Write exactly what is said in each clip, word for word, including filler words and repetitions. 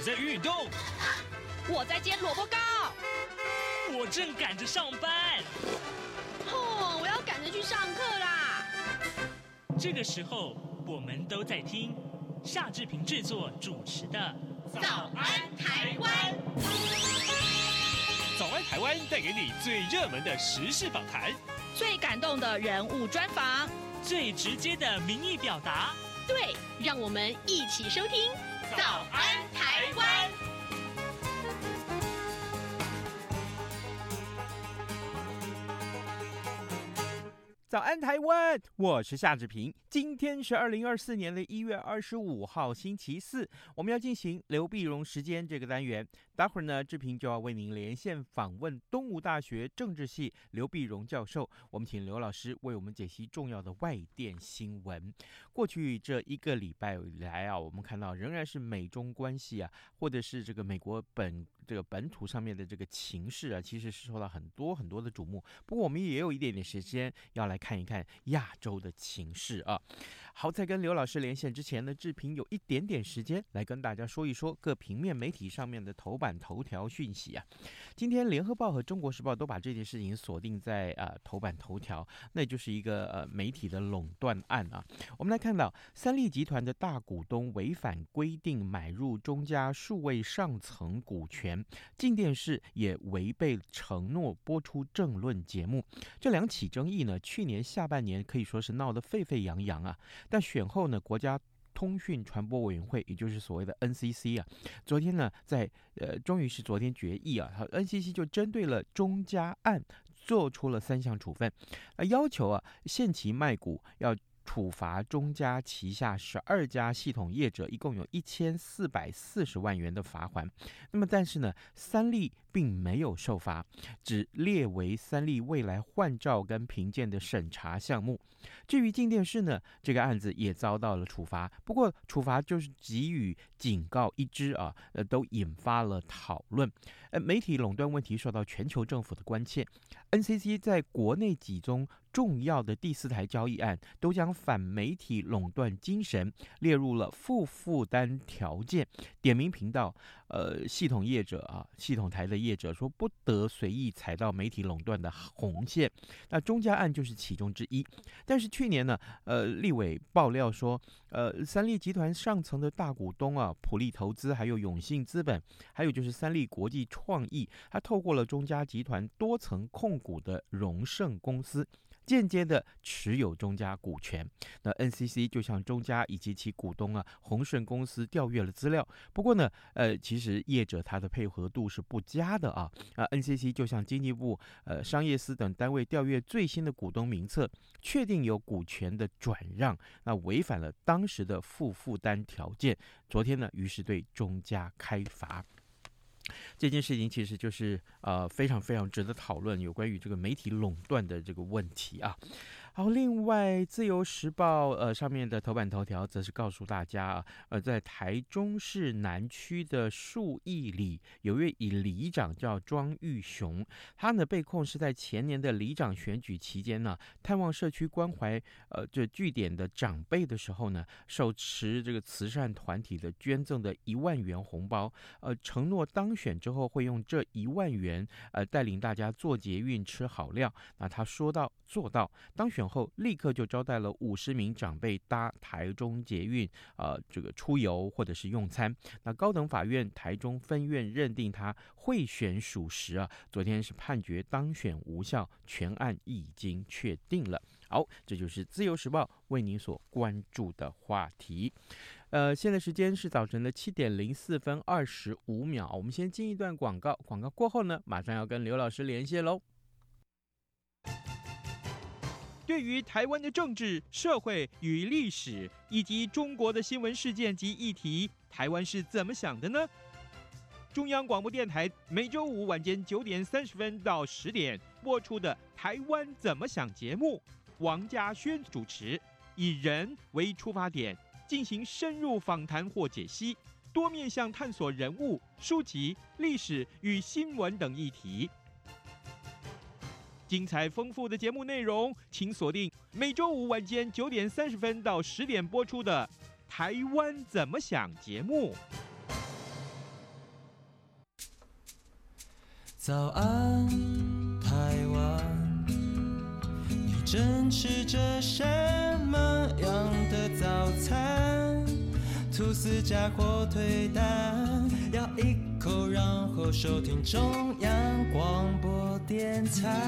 在运动， 我在煎萝卜糕， 我正赶着上班。 哦，我要赶着去上课啦。 这个时候，我们都在听夏志平制作主持的《 早安台湾》。 早安台湾带给你最热门的时事访谈， 最感动的人物专访， 最直接的民意表达。 对，让我们一起收听《早安台湾》。 早安台湾，我是夏志平。今天是二零二四年的一月二十五号，星期四，我们要进行刘必荣时间这个单元。待会儿呢，志平就要为您连线访问东吴大学政治系刘必荣教授。我们请刘老师为我们解析重要的外电新闻。过去这一个礼拜以来啊，我们看到仍然是美中关系啊，或者是这个美国本这个本土上面的这个情势啊，其实是受到很多很多的瞩目。不过我们也有一点点时间要来看一看亚洲的情势啊。好，在跟刘老师连线之前呢，志平有一点点时间来跟大家说一说各平面媒体上面的头版头条讯息啊。今天联合报和中国时报都把这件事情锁定在呃头版头条，那就是一个呃媒体的垄断案啊。我们来看到三立集团的大股东违反规定买入中嘉数位上层股权，静电视也违背承诺播出政论节目。这两起争议呢，去年下半年可以说是闹得沸沸扬扬啊。但选后呢，国家通讯传播委员会，也就是所谓的 N C C 啊，昨天呢，在呃，终于是昨天决议啊 ，N C C 就针对了中嘉案做出了三项处分，呃，要求啊限期卖股，要处罚中嘉旗下十二家系统业者，一共有一千四百四十万元的罚款。那么，但是呢，三立并没有受罚，只列为三立未来换照跟评鉴的审查项目。至于静电视呢，这个案子也遭到了处罚，不过处罚就是给予警告一支啊，呃，都引发了讨论。呃，媒体垄断问题受到全球政府的关切。N C C 在国内几宗重要的第四台交易案，都将反媒体垄断精神列入了负负担条件，点名频道、呃系统业者啊，系统台的业者说不得随意踩到媒体垄断的红线。那中嘉案就是其中之一。但是去年呢，呃，立委爆料说，呃，三立集团上层的大股东啊，普利投资，还有永信资本，还有就是三立国际创意，它透过了中嘉集团多层控股的荣盛公司，间接的持有中嘉股权。那 N C C 就向中嘉以及其股东啊宏盛公司调阅了资料，不过呢，呃，其实业者他的配合度是不佳的啊。啊 ，N C C 就向经济部、呃商业司等单位调阅最新的股东名册，确定有股权的转让，那违反了当时的负负担条件。昨天呢，于是对中嘉开罚。这件事情其实就是呃非常非常值得讨论，有关于这个媒体垄断的这个问题啊。好，另外《自由时报》呃上面的头版头条则是告诉大家啊，呃在台中市南区的树义里，有位以里长叫庄玉雄，他呢被控是在前年的里长选举期间呢，探望社区关怀呃这据点的长辈的时候呢，手持这个慈善团体的捐赠的一万元红包，呃承诺当选之后会用这一万元呃带领大家做捷运吃好料。那他说到做到，当选后立刻就招待了五十名长辈搭台中捷运，呃，这个出游或者是用餐。那高等法院台中分院认定他贿选属实啊，昨天是判决当选无效，全案已经确定了。好，这就是自由时报为您所关注的话题。呃，现在时间是早晨的七点零四分二十五秒，我们先进一段广告，广告过后呢，马上要跟刘老师连线喽。对于台湾的政治、社会与历史，以及中国的新闻事件及议题，台湾是怎么想的呢？中央广播电台每周五晚间九点三十分到十点播出的《台湾怎么想》节目，王家轩主持，以人为出发点，进行深入访谈或解析，多面向探索人物、书籍、历史与新闻等议题。精彩丰富的节目内容，请锁定每周五晚间九点三十分到十点播出的《台湾怎么想》节目。 早安，台湾，你正吃着什么样的早餐？吐司加火腿蛋，咬一口，然后收听中央广播电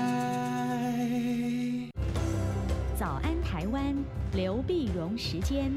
台。 早安台湾，刘碧荣时间。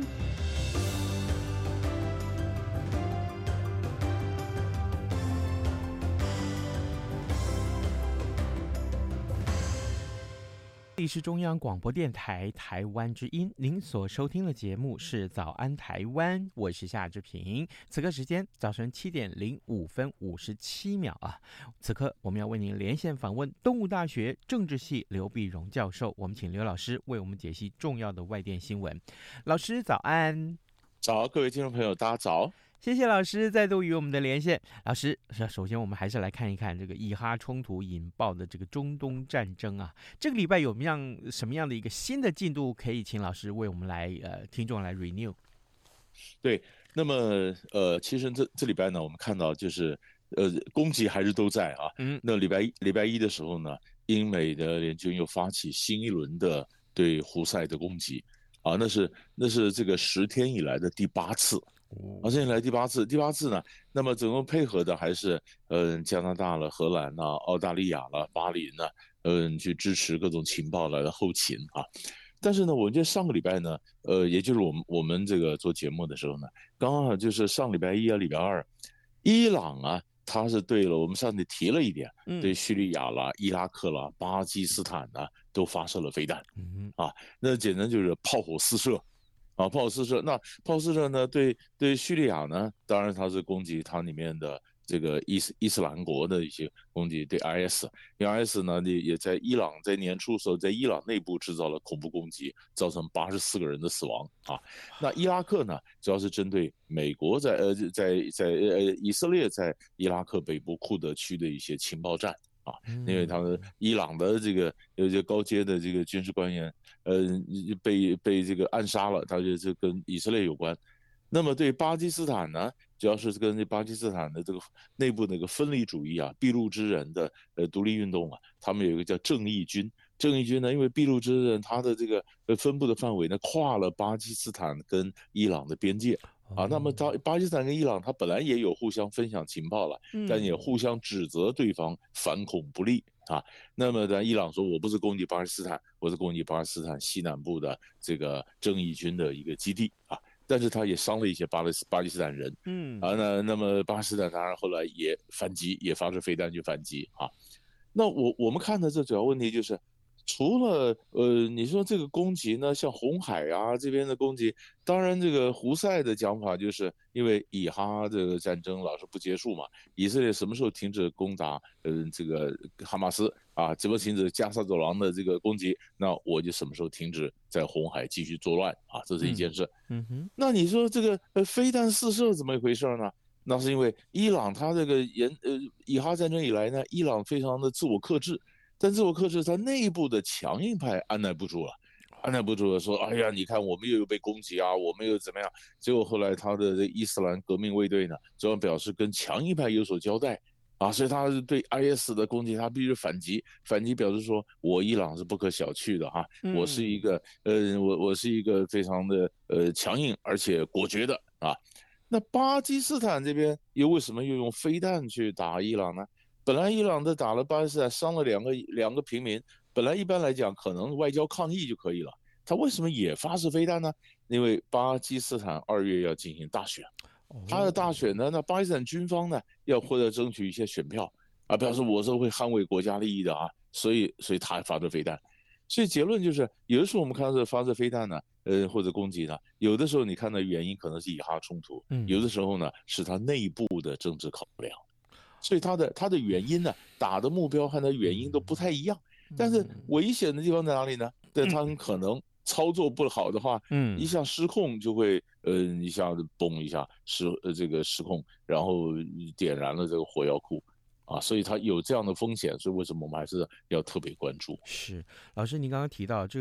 这里是中央广播电台台湾之音，您所收听的节目是早安台湾，我是夏志平。此刻时间早晨七点零五分五十七秒啊。此刻我们要为您连线访问东吴大学政治系刘碧荣教授，我们请刘老师为我们解析重要的外电新闻。老师早安。 早，各位听众朋友，大家早。 谢谢老师再度与我们的连线。老师，首先我们还是来看一看这个以哈冲突引爆的这个中东战争啊，这个礼拜有没有什么样的一个新的进度可以请老师为我们来呃听众来 renew？ 对，那么呃，其实这这礼拜呢，我们看到就是呃攻击还是都在啊。嗯，那礼拜一礼拜一的时候呢，英美的联军又发起新一轮的对胡塞的攻击啊，那是那是这个十天以来的第八次。啊，这以来第八次，第八次呢，那么总共配合的还是嗯加拿大了、荷兰啦、澳大利亚了、巴林呢，嗯去支持各种情报来的后勤啊。但是呢，我觉得上个礼拜呢，呃，也就是我们我们这个做节目的时候呢，刚好就是上礼拜一啊、礼拜二，伊朗啊，他是对了，我们上次提了一点，对叙利亚啦、伊拉克啦、巴基斯坦呢都发射了飞弹，啊，那简直就是炮火四射。啊，炮火四射，那炮火四射呢？对对，叙利亚呢，当然它是攻击它里面的这个伊斯伊斯兰国的一些攻击，对 I S， 因为 I S 呢也也在伊朗在年初的时候在伊朗内部制造了恐怖攻击，造成八十四个人的死亡啊。那伊拉克呢，主要是针对美国在呃在在呃以色列在伊拉克北部库德区的一些情报站。啊，因为他们伊朗的这个有一些高阶的这个军事官员，呃，被被这个暗杀了，他就这跟以色列有关。那么对巴基斯坦呢，主要是跟这巴基斯坦的这个内部那个分离主义啊、俾路支人的呃独立运动啊，他们有一个叫正义军。正义军呢，因为俾路支人他的这个呃分布的范围呢，跨了巴基斯坦跟伊朗的边界。啊，那么他巴基斯坦跟伊朗，他本来也有互相分享情报了，但也互相指责对方反恐不利啊。那么呢，伊朗说我不是攻击巴基斯坦，我是攻击巴基斯坦西南部的这个正义军的一个基地啊。但是他也伤了一些巴勒斯巴基斯坦人，嗯啊，那那么巴基斯坦当然后来也反击，也发射飞弹去反击啊。那我我们看的这主要问题就是。除了呃，你说这个攻击呢，像红海啊这边的攻击，当然这个胡塞的讲法就是因为以哈这个战争老是不结束嘛，以色列什么时候停止攻打呃这个哈马斯啊，怎么停止加沙走廊的这个攻击，那我就什么时候停止在红海继续作乱啊，这是一件事。嗯哼，那你说这个呃飞弹试射怎么一回事呢？那是因为伊朗它这个严呃以哈战争以来呢，伊朗非常的自我克制。但自我克制，他内部的强硬派按耐不住了，按耐不住了，说：“哎呀，你看我们又有被攻击啊，我们又怎么样？”结果后来他的这伊斯兰革命卫队呢，主要表示跟强硬派有所交代啊，所以他是对 I S 的攻击，他必须反击，反击表示说：“我伊朗是不可小觑的哈，我是一个呃，我我是一个非常的呃强硬而且果决的啊。”那巴基斯坦这边又为什么又用飞弹去打伊朗呢？本来伊朗的打了巴基斯坦，伤了两个两个平民，本来一般来讲可能外交抗议就可以了，他为什么也发射飞弹呢？因为巴基斯坦二月要进行大选，他的大选呢，那巴基斯坦军方呢要获得争取一些选票啊，表示我是会捍卫国家利益的啊，所以所以他发射飞弹，所以结论就是，有的时候我们看到这发射飞弹呢，呃或者攻击呢，有的时候你看到原因可能是以哈冲突，有的时候呢是他内部的政治考量。所以它的它的原因呢，打的目标和它原因都不太一样，但是危险的地方在哪里呢？对，它很可能操作不好的话，嗯，一下失控就会，呃，一下子嘣一下失呃这个失控，然后点燃了这个火药库。啊，所以它有这样的风险，所以为什么我们还是要特别关注？ 是，老师您刚刚提到这个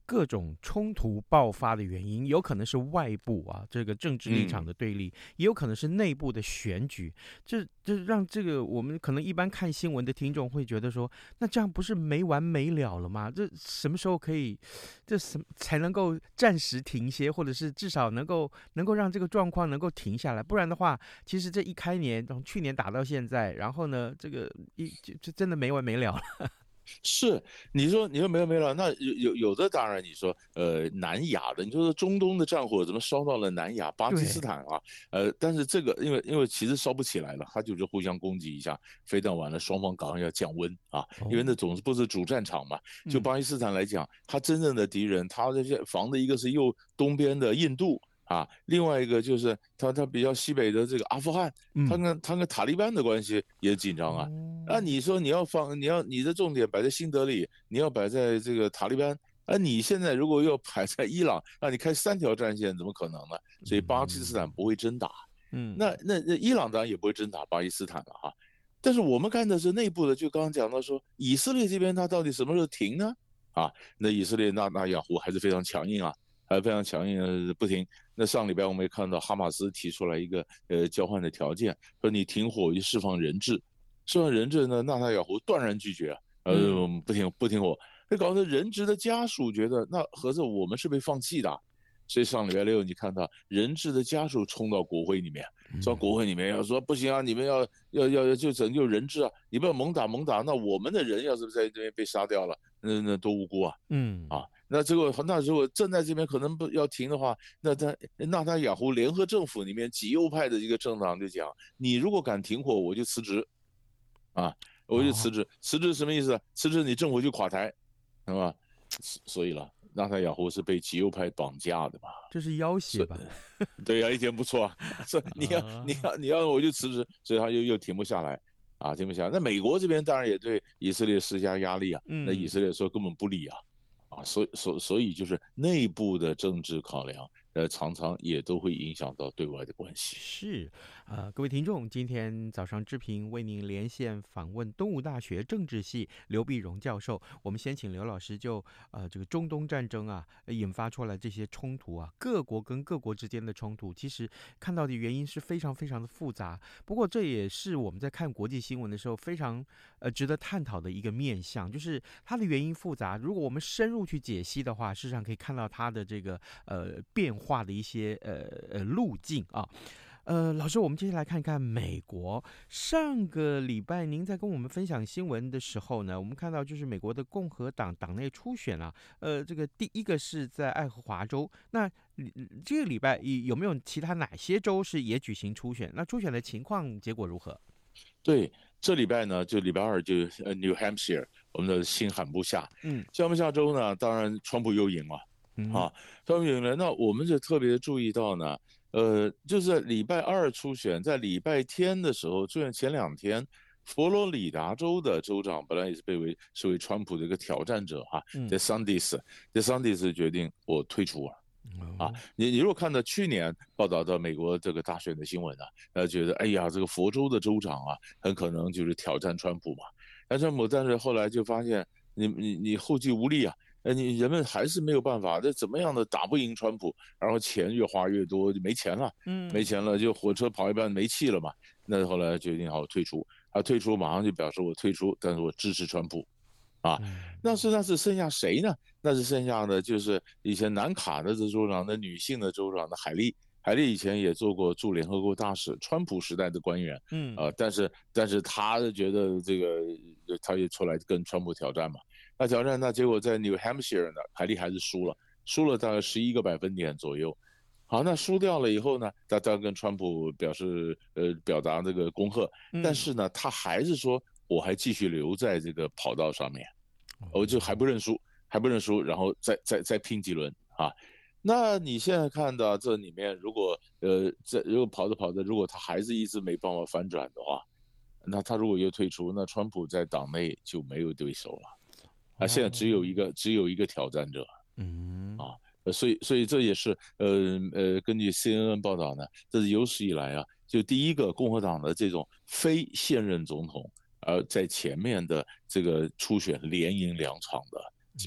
各种冲突爆发的原因，有可能是外部啊这个政治立场的对立，嗯、也有可能是内部的选举。这这让这个我们可能一般看新闻的听众会觉得说，那这样不是没完没了了吗？这什么时候可以，这什么才能够暂时停歇，或者是至少能够能够让这个状况能够停下来？不然的话，其实这一开年从去年打到现在，然后呢，这个一就就真的没完没了了。 是，你说你说没有没有，那有有有的当然你说呃南亚的，你说中东的战火怎么烧到了南亚巴基斯坦啊？呃，但是这个因为因为其实烧不起来了，它就是互相攻击一下，飞弹完了双方赶快要降温啊，哦、因为那总是不是主战场嘛。就巴基斯坦来讲，它真正的敌人，它这些防的一个是右东边的印度。啊，另外一个就是他他比较西北的这个阿富汗，他跟他跟塔利班的关系也紧张啊。那、嗯啊、你说你要放你要你的重点摆在新德里，你要摆在这个塔利班，啊，你现在如果要摆在伊朗，那你开三条战线怎么可能呢？所以巴基斯坦不会真打，嗯，那那那伊朗当然也不会真打巴基斯坦了哈。但是我们看的是内部的，就刚刚讲到说以色列这边他到底什么时候停呢？啊，那以色列纳纳雅胡还是非常强硬啊。还非常强硬，不停。那上礼拜我们也看到哈马斯提出来一个呃交换的条件，说你停火，我就释放人质。释放人质呢，纳塔雅胡断然拒绝，呃，嗯、不停不停火，这搞得人质的家属觉得那合着我们是被放弃的。所以上礼拜六你看到人质的家属冲到国会里面，到国会里面要说不行啊，你们要要要就拯救人质啊，你不要猛打猛打，那我们的人要是在这边被杀掉了，那那多无辜啊，嗯啊。那这个那如果正在这边可能不要停的话，那他纳塔雅胡联合政府里面极右派的一个政党就讲，你如果敢停火，我就辞职，啊，我就辞职。哦、辞职什么意思？辞职你政府就垮台，是吧？所以了，纳塔雅胡是被极右派绑架的嘛？ 这是要挟吧？ 对呀、啊，一点不错啊。所以你要、啊、你要你要我就辞职，所以他又又停不下来。啊，停不下来。那美国这边当然也对以色列施加压力啊，嗯、那以色列说根本不理啊。啊，所以所所以就是内部的政治考量，呃，常常也都会影响到对外的关系。 是，呃，各位听众，今天早上志平为您连线访问东吴大学政治系刘碧荣教授。我们先请刘老师就呃这个中东战争啊引发出来这些冲突啊，各国跟各国之间的冲突，其实看到的原因是非常非常的复杂。不过这也是我们在看国际新闻的时候非常呃值得探讨的一个面向，就是它的原因复杂。如果我们深入去解析的话，事实上可以看到它的这个呃变化的一些呃呃路径啊。呃，老师，我们接下来看看美国。上个礼拜您在跟我们分享新闻的时候呢，我们看到就是美国的共和党党内初选啊，呃，这个第一个是在爱荷华州。那这个礼拜有没有其他哪些州是也举行初选？那初选的情况结果如何？ 对，这礼拜呢，就礼拜二就呃 New Hampshire 我们的新罕布夏，嗯，新罕布夏州呢，当然川普又赢了。嗯、啊，川普赢了，那我们就特别注意到呢，呃，就是在礼拜二初选，在礼拜天的时候，初选前两天，佛罗里达州的州长本来也是被为视为川普的一个挑战者哈，在 Sanders， 在 Sanders 决定我退出了。啊，你你如果看到去年报道到美国这个大选的新闻啊，呃，觉得哎呀，这个佛州的州长啊，很可能就是挑战川普嘛。但川普，但是后来就发现你你你后继无力啊。呃，你人们还是没有办法，这怎么样的打不赢川普，然后钱越花越多，就没钱了，嗯，没钱了，就火车跑一半没气了嘛。那后来决定好退出，他退出马上就表示我退出，但是我支持川普，啊，那是那是剩下谁呢？那是剩下的就是以前南卡的这州长的女性的州长的海莉，海莉以前也做过驻联合国大使，川普时代的官员，嗯，呃，但是但是他觉得这个他也出来跟川普挑战嘛。那挑战，那结果在 New Hampshire 呢，海莉还是输了，输了大概十一个百分点左右。好，那输掉了以后呢，他他跟川普表示呃表达这个恭贺，但是呢，他还是说我还继续留在这个跑道上面，我就还不认输，还不认输，然后再再再拼几轮啊。那你现在看到这里面，如果呃在如果跑着跑着，如果他还是一直没办法反转的话，那他如果又退出，那川普在党内就没有对手了。啊，现在只有一个，只有一个挑战者，嗯，啊，所以，所以这也是，呃呃，根据 C N N 报道呢，这是有史以来啊，就第一个共和党的这种非现任总统，而在前面的这个初选连赢两场的这个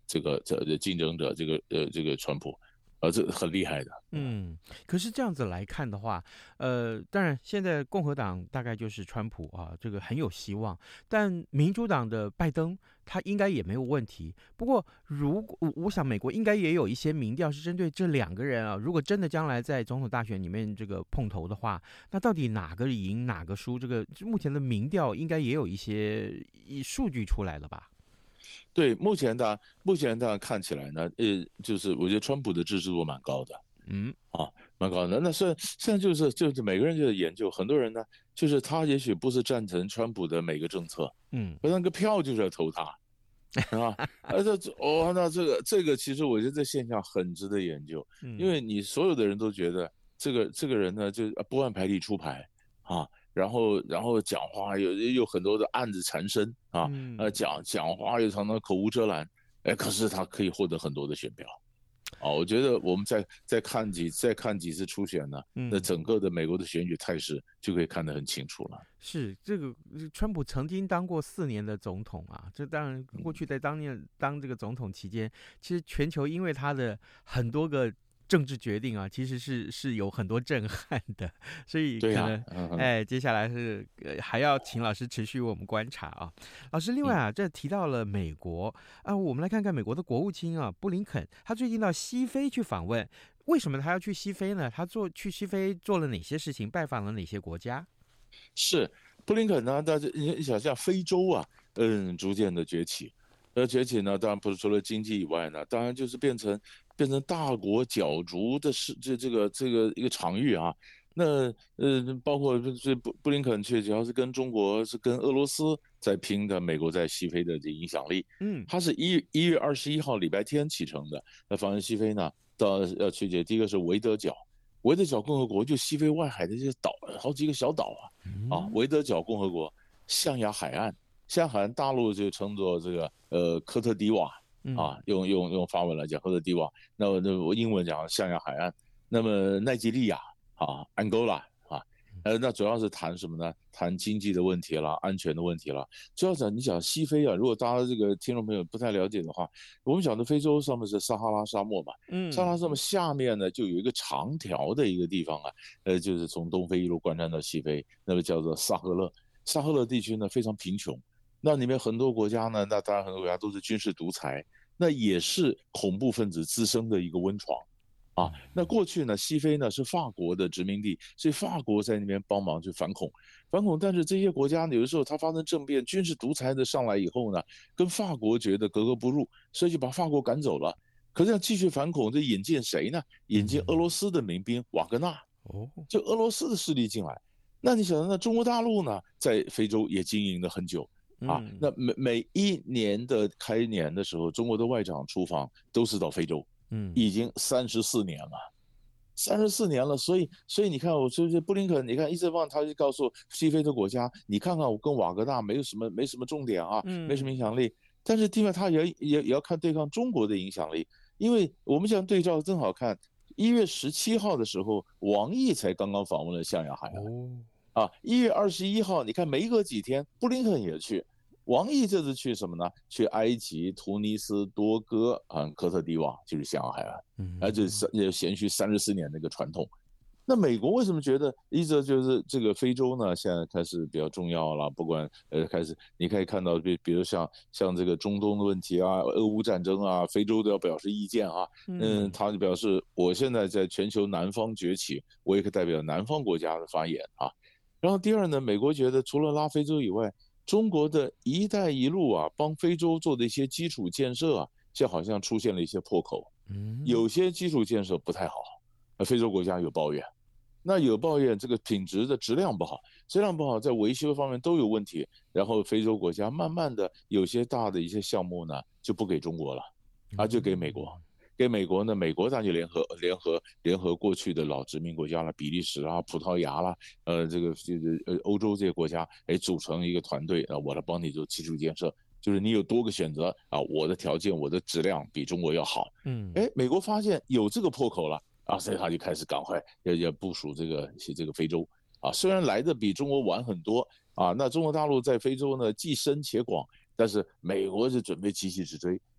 这个这竞争者这个呃这个川普。呃，这很厉害的。 嗯，可是这样子来看的话，呃，当然现在共和党大概就是川普啊，这个很有希望，但民主党的拜登他应该也没有问题。不过，如果我想美国应该也有一些民调是针对这两个人啊，如果真的将来在总统大选里面这个碰头的话，那到底哪个赢哪个输？这个目前的民调应该也有一些数据出来了吧？ 对，目前的目前大家看起来呢，呃，就是我觉得川普的支持度蛮高的，嗯，啊，蛮高的。那现现在就是就是每个人就在研究，很多人呢，就是他也许不是赞成川普的每个政策，嗯，可那个票就是要投他，是吧？啊，这哦，那这个这个其实我觉得这现象很值得研究，因为你所有的人都觉得这个这个人呢，就不按牌理出牌啊。然后，然后讲话有有很多的案子缠身啊，嗯、呃，讲讲话又常常口无遮拦，哎，可是他可以获得很多的选票，啊，我觉得我们再再看几再看几次初选呢，嗯、那整个的美国的选举态势就可以看得很清楚了。 是这个，川普曾经当过四年的总统啊，这当然过去在当年当这个总统期间，其实全球因为他的很多个政治决定啊，其实是是有很多震撼的，所以可能、啊嗯、哎，接下来是、呃、还要请老师持续为我们观察啊。老师，另外啊，这提到了美国啊，我们来看看美国的国务卿啊，布林肯，他最近到西非去访问，为什么他要去西非呢？他做去西非做了哪些事情？拜访了哪些国家？ 是布林肯呢？但是你想象非洲啊，嗯，逐渐的崛起。而崛起呢，当然不是除了经济以外呢，当然就是变成变成大国角逐的是这这个这个一个场域啊。那呃，包括这布布林肯去，主要是跟中国是跟俄罗斯在拼的，美国在西非的这影响力。嗯，他是一一月二十一号礼拜天启程的，那访问西非呢，到要去这第一个是维德角，维德角共和国就西非外海的这些岛，好几个小岛啊，啊，维德角共和国，象牙海岸。象牙海岸大陆就称作这个呃科特迪瓦啊，用用用法文来讲科特迪瓦，那么那我英文讲象牙海岸，那么奈及利亚啊，安哥拉啊，呃，那主要是谈什么呢？谈经济的问题啦，安全的问题啦。主要讲你讲西非啊，如果大家这个听众朋友不太了解的话，我们讲的非洲上面是撒哈拉沙漠嘛，嗯，撒哈拉沙漠下面呢就有一个长条的一个地方啊，呃，就是从东非一路贯穿到西非，那么叫做撒赫勒。撒赫勒地区呢非常贫穷。那里面很多国家呢，那当然很多国家都是军事独裁，那也是恐怖分子滋生的一个温床，啊，那过去呢，西非呢是法国的殖民地，所以法国在那边帮忙去反恐，反恐。但是这些国家呢，有的时候它发生政变，军事独裁的上来以后呢，跟法国觉得格格不入，所以就把法国赶走了。可是要继续反恐，就引进谁呢？引进俄罗斯的民兵瓦格纳，哦，就俄罗斯的势力进来。那你想，那中国大陆呢，在非洲也经营了很久。啊，那每每一年的开年的时候，中国的外长出访都是到非洲，嗯，已经三十四年了，三十四年了，所以所以你看，我就是布林肯，你看一直往他就告诉西非的国家，你看看我跟瓦格纳没有什么没什么重点啊，嗯，没什么影响力，但是另外他也也也要看对抗中国的影响力，因为我们想对照正好看，一月十七号的时候，王毅才刚刚访问了象牙海岸，哦，啊，一月二十一号，你看没隔几天，布林肯也去。王毅这次去什么呢？去埃及、突尼斯、多哥啊、科特迪瓦，就是象牙海岸，嗯，而且是延续三十四年的一个传统。那美国为什么觉得一直就是这个非洲呢？现在开始比较重要了，不管呃开始你可以看到，比比如像像这个中东的问题啊、俄乌战争啊，非洲都要表示意见啊。嗯，他就表示我现在在全球南方崛起，我也可以代表南方国家的发言啊。然后第二呢，美国觉得除了拉非洲以外，中国的一带一路啊，帮非洲做的一些基础建设啊，现在好像出现了一些破口，有些基础建设不太好，非洲国家有抱怨，那有抱怨这个品质的质量不好，质量不好在维修方面都有问题，然后非洲国家慢慢的有些大的一些项目呢就不给中国了，啊就给美国。给美国呢，美国当然就联合联合联合过去的老殖民国家了，比利时啊、葡萄牙啦，呃，这个这个呃欧洲这些国家，哎，组成一个团队啊，我来帮你做基础建设，就是你有多个选择啊，我的条件、我的质量比中国要好，嗯，哎，美国发现有这个破口了啊，所以他就开始赶快要要部署这个这个非洲啊，虽然来的比中国晚很多啊，那中国大陆在非洲呢既深且广，但是美国是准备急起直追。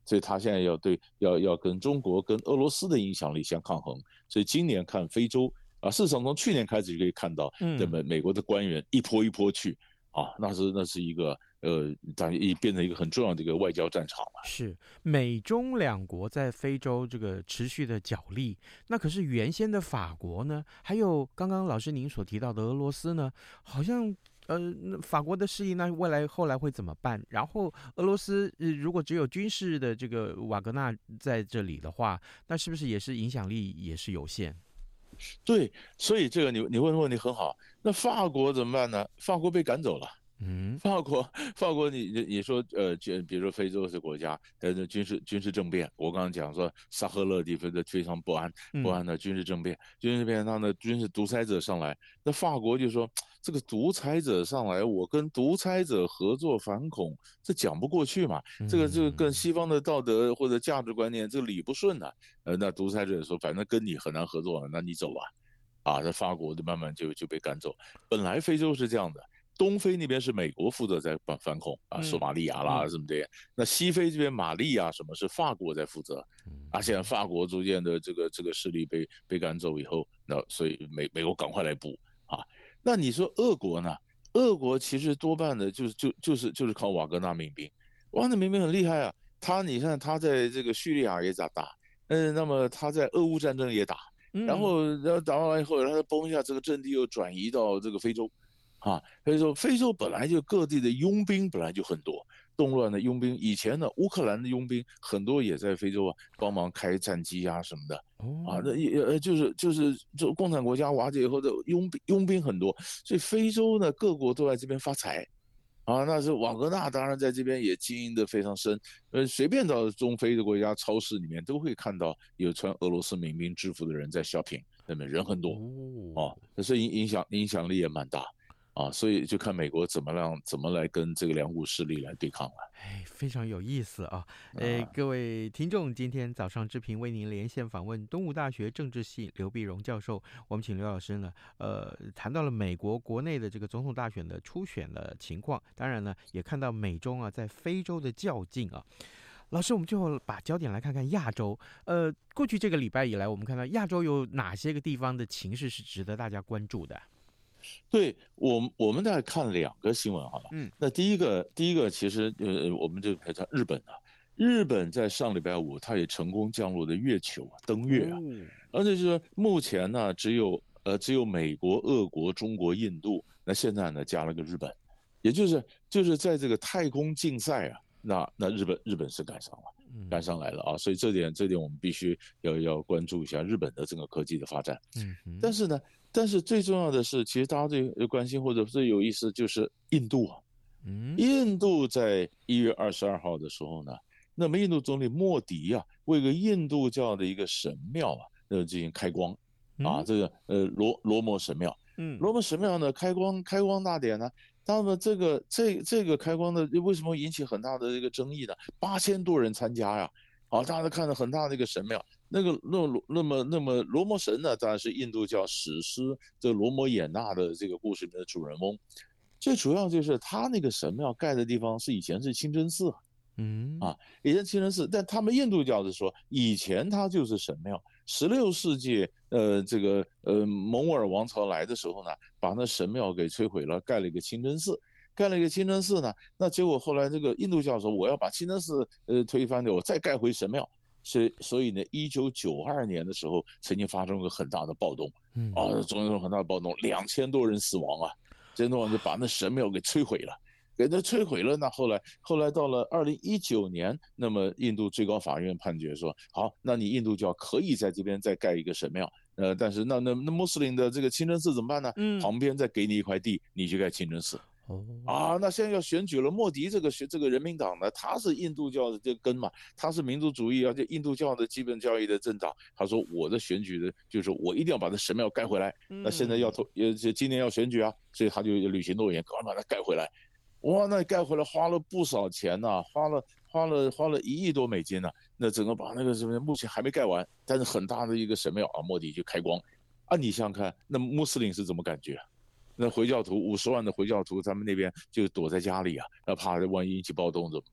所以他现在要对要要跟中国跟俄罗斯的影响力相抗衡，所以今年看非洲啊，事实上从去年开始就可以看到，对美美国的官员一波一波去啊，那是那是一个呃，当然也变成一个很重要的一个外交战场了。 是美中两国在非洲这个持续的角力，那可是原先的法国呢，还有刚刚老师您所提到的俄罗斯呢，好像。呃，法国的事宜那未来后来会怎么办？然后俄罗斯、呃、如果只有军事的这个瓦格纳在这里的话，那是不是也是影响力也是有限？ 对，所以这个你你问的问题很好。那法国怎么办呢？法国被赶走了。嗯，法国，法国你，你你说，呃，比如说非洲的国家，呃，军事军事政变，我刚刚讲说萨赫勒地方的非常不安，不安的军事政变，军事政变，他呢军事独裁者上来，那法国就说这个独裁者上来，我跟独裁者合作反恐，这讲不过去嘛，这个这个跟西方的道德或者价值观念这个理不顺啊，呃，那独裁者说，反正跟你很难合作了，那你走吧，啊，那法国就慢慢就就被赶走。本来非洲是这样的。东非那边是美国负责在反反恐啊，索马利亚啦什么的。那西非这边马利亚什么是法国在负责，啊，现在法国逐渐的这个这个势力被被赶走以后，那所以美美国赶快来补啊。那你说俄国呢？俄国其实多半的就是就就是就是靠瓦格纳民兵，瓦格纳民兵很厉害啊。他你看他在这个叙利亚也打打，嗯，那么他在俄乌战争也打，然后然后打完以后，他崩一下这个阵地又转移到这个非洲。啊，所以说非洲本来就各地的佣兵本来就很多，动乱的佣兵，以前呢乌克兰的佣兵很多也在非洲啊帮忙开战机啊什么的，啊，那也呃就是就是就共产国家瓦解以后的佣兵佣兵很多，所以非洲呢各国都在这边发财，啊，那是瓦格纳当然在这边也经营的非常深，呃，随便到中非的国家超市里面都会看到有穿俄罗斯民兵制服的人在 shopping， 那边人很多，哦，所以影响影响力也蛮大。啊，所以就看美国怎么让怎么来跟这个两股势力来对抗了。 哎，非常有意思啊！哎，各位听众，今天早上志平为您连线访问东吴大学政治系刘碧荣教授。我们请刘老师呢，呃，谈到了美国国内的这个总统大选的初选的情况，当然呢，也看到美中啊在非洲的较劲啊。老师，我们最后把焦点来看看亚洲。呃，过去这个礼拜以来，我们看到亚洲有哪些个地方的情势是值得大家关注的？ 对我们，我们在看两个新闻好了。嗯，那第一个，第一个其实呃，我们就看日本啊，日本在上礼拜五，它也成功降落的月球啊，登月啊，嗯、而且就是目前呢，只有呃只有美国、俄国、中国、印度，那现在呢加了个日本，也就是就是在这个太空竞赛啊，那那日本日本是赶上了。赶上来了啊，所以这点这点我们必须要要关注一下日本的这个科技的发展。嗯，但是呢，但是最重要的是，其实大家最关心或者最有意思就是印度啊。嗯，印度在一月二十二号的时候呢，那么印度总理莫迪啊，为个印度教的一个神庙啊，呃进行开光啊，这个呃罗罗摩神庙。嗯，罗摩神庙呢开光开光大典呢。那么这个这这个开光的为什么引起很大的这个争议呢？八千多人参加呀，啊，大家都看到很大的一个神庙。那个那那么那么罗摩神呢，当然是印度教史诗这个罗摩衍那的这个故事里面的主人翁。最主要就是他那个神庙盖的地方是以前是清真寺，嗯啊，以前清真寺，但他们印度教是说以前它就是神庙。十六世纪，呃，这个呃蒙古尔王朝来的时候呢，把那神庙给摧毁了，盖了一个清真寺。盖了一个清真寺呢，那结果后来这个印度教说我要把清真寺呃推翻掉，我再盖回神庙。所以所以呢，一九九二年的时候，曾经发生过很大的暴动，嗯啊，中间很大的暴动，两千多人死亡啊，这种就把那神庙给摧毁了。给他摧毁了，那后来后来到了二零一九年，那么印度最高法院判决说，好，那你印度教可以在这边再盖一个神庙，呃，但是那那那穆斯林的这个清真寺怎么办呢？嗯，旁边再给你一块地，你去盖清真寺。哦啊，那现在要选举了，莫迪这个这个人民党呢，他是印度教的这根嘛，他是民族主义，而且印度教的基本教义的政党，他说我的选举的就是我一定要把这神庙盖回来。嗯、那现在要投，呃，今年要选举啊，所以他就履行诺言，赶快把它盖回来。哇，那盖回来花了不少钱呐、啊，花了花了花了一亿多美金呐、啊。那整个把那个什么，目前还没盖完，但是很大的一个神庙啊，莫迪就开光。啊，你想想看，那穆斯林是怎么感觉、啊？那回教徒五十万的回教徒，他们那边就躲在家里啊，那怕万一引起暴动怎么办？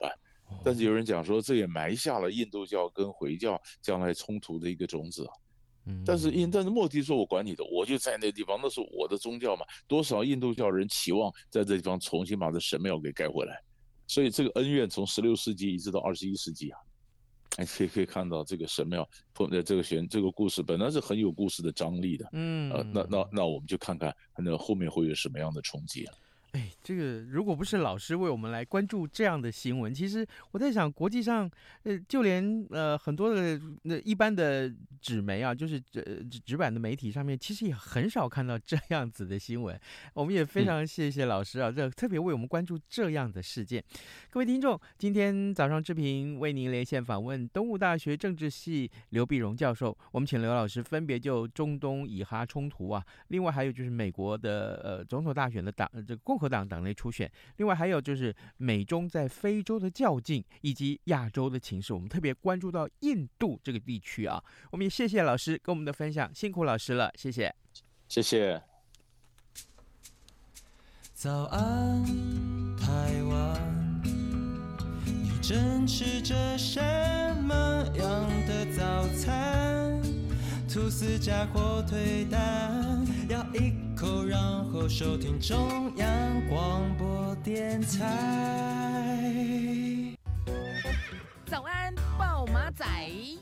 但是有人讲说，这也埋下了印度教跟回教将来冲突的一个种子啊。但是印，但是莫迪说：“我管你的，我就在那地方，那是我的宗教嘛。多少印度教人期望在这地方重新把这神庙给盖回来，所以这个恩怨从十六世纪一直到二十一世纪啊，可以可以看到这个神庙，呃，这个玄这个故事本来是很有故事的张力的，嗯，呃，那那那我们就看看那后面会有什么样的冲击啊。” 哎，这个如果不是老师为我们来关注这样的新闻，其实我在想，国际上，呃，就连呃很多的那、呃、一般的纸媒啊，就是呃纸版的媒体上面，其实也很少看到这样子的新闻。我们也非常谢谢老师啊，这、嗯、特别为我们关注这样的事件。各位听众，今天早上志平为您连线访问东吴大学政治系刘碧荣教授，我们请刘老师分别就中东以哈冲突啊，另外还有就是美国的呃总统大选的党这个共和党党内初选，另外还有就是美中在非洲的较劲，以及亚洲的情势，我们特别关注到印度这个地区啊。我们也谢谢老师跟我们的分享，辛苦老师了，谢谢， 谢谢。 早安，台湾，你正吃着什么样的早餐？吐司加火腿蛋，咬一口，然后收听中央广播电台。 早安，暴马仔。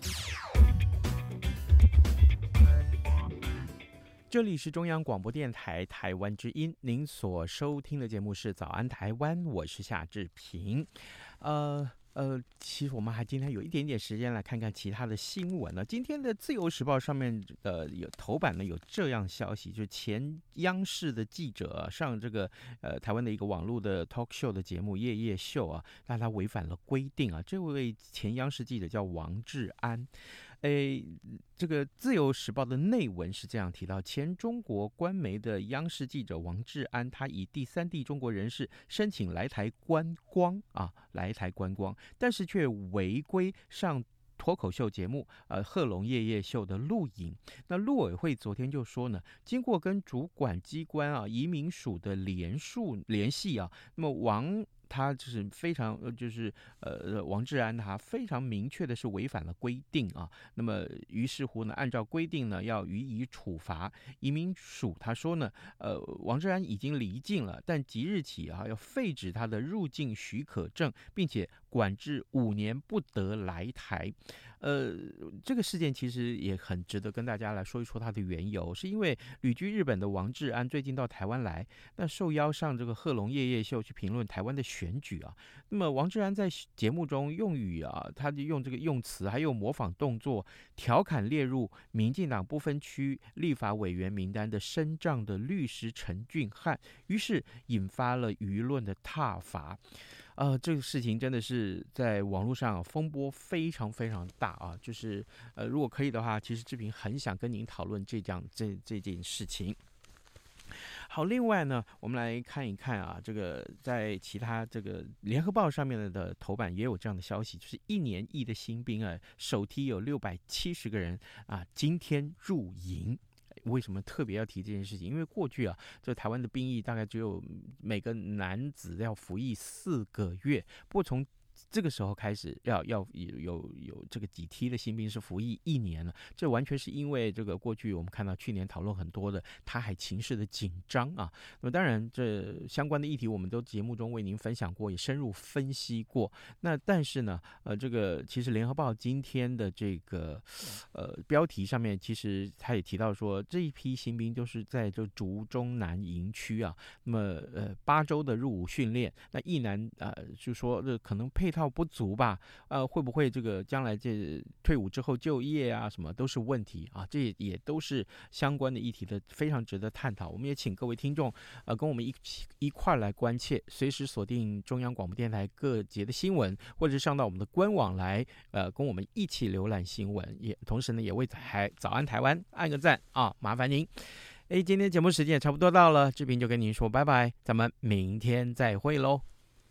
这里是中央广播电台台湾之音，您所收听的节目是《早安台湾》，我是夏志平。呃。呃，其实我们还今天有一点点时间来看看其他的新闻呢。今天的《自由时报》上面的有头版呢有这样消息，就是前央视的记者、啊、上这个呃台湾的一个网络的 talk show 的节目《夜夜秀》啊，但他违反了规定啊。这位前央视记者叫王志安。诶，这个《自由时报》的内文是这样提到：前中国官媒的央视记者王志安，他以第三地中国人士申请来台观光啊，来台观光，但是却违规上脱口秀节目呃贺龙夜夜秀的录影。那陆委会昨天就说呢，经过跟主管机关啊移民署的联署联系啊，那么王他就是非常就是呃王志安他非常明确的是违反了规定啊，那么于是乎呢，按照规定呢要予以处罚。移民署他说呢，呃王志安已经离境了，但即日起啊要废止他的入境许可证，并且管制五年不得来台。呃，这个事件其实也很值得跟大家来说一说它的缘由，是因为旅居日本的王志安最近到台湾来，那受邀上这个贺龙夜夜秀去评论台湾的选举啊。那么王志安在节目中用语啊，他就用这个用词还有模仿动作，调侃列入民进党不分区立法委员名单的身障的律师陈俊翰，于是引发了舆论的挞伐。呃，这个事情真的是在网络上风波非常非常大啊！就是呃，如果可以的话，其实志平很想跟您讨论这样这这件事情。好，另外呢，我们来看一看啊，这个在其他这个联合报上面的头版也有这样的消息，就是一年役的新兵啊，首梯有六百七十个人啊，今天入营。为什么特别要提这件事情？因为过去啊，这台湾的兵役大概只有每个男子要服役四个月，不过从这个时候开始要要有有有这个几梯的新兵是服役一年了，这完全是因为这个过去我们看到去年讨论很多的台海情势的紧张啊。那么当然这相关的议题我们都节目中为您分享过，也深入分析过。那但是呢，呃，这个其实联合报今天的这个呃标题上面，其实他也提到说，这一批新兵都是在这竹中南营区啊，那么呃八周的入伍训练，那役男呃就说这可能配套不足吧，呃，会不会这个将来这退伍之后就业啊，什么都是问题啊，这也都是相关的议题的，非常值得探讨。我们也请各位听众，呃，跟我们一起一块来关切，随时锁定中央广播电台各节的新闻，或者是上到我们的官网来，呃，跟我们一起浏览新闻，也同时呢，也为台早安台湾按个赞啊，麻烦您。哎，今天节目时间也差不多到了，志平就跟您说拜拜，咱们明天再会喽。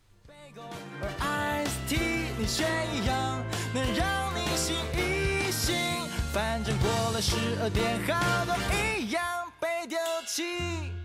你选一样能让你醒一醒，反正过了十二点，好多一样被丢弃。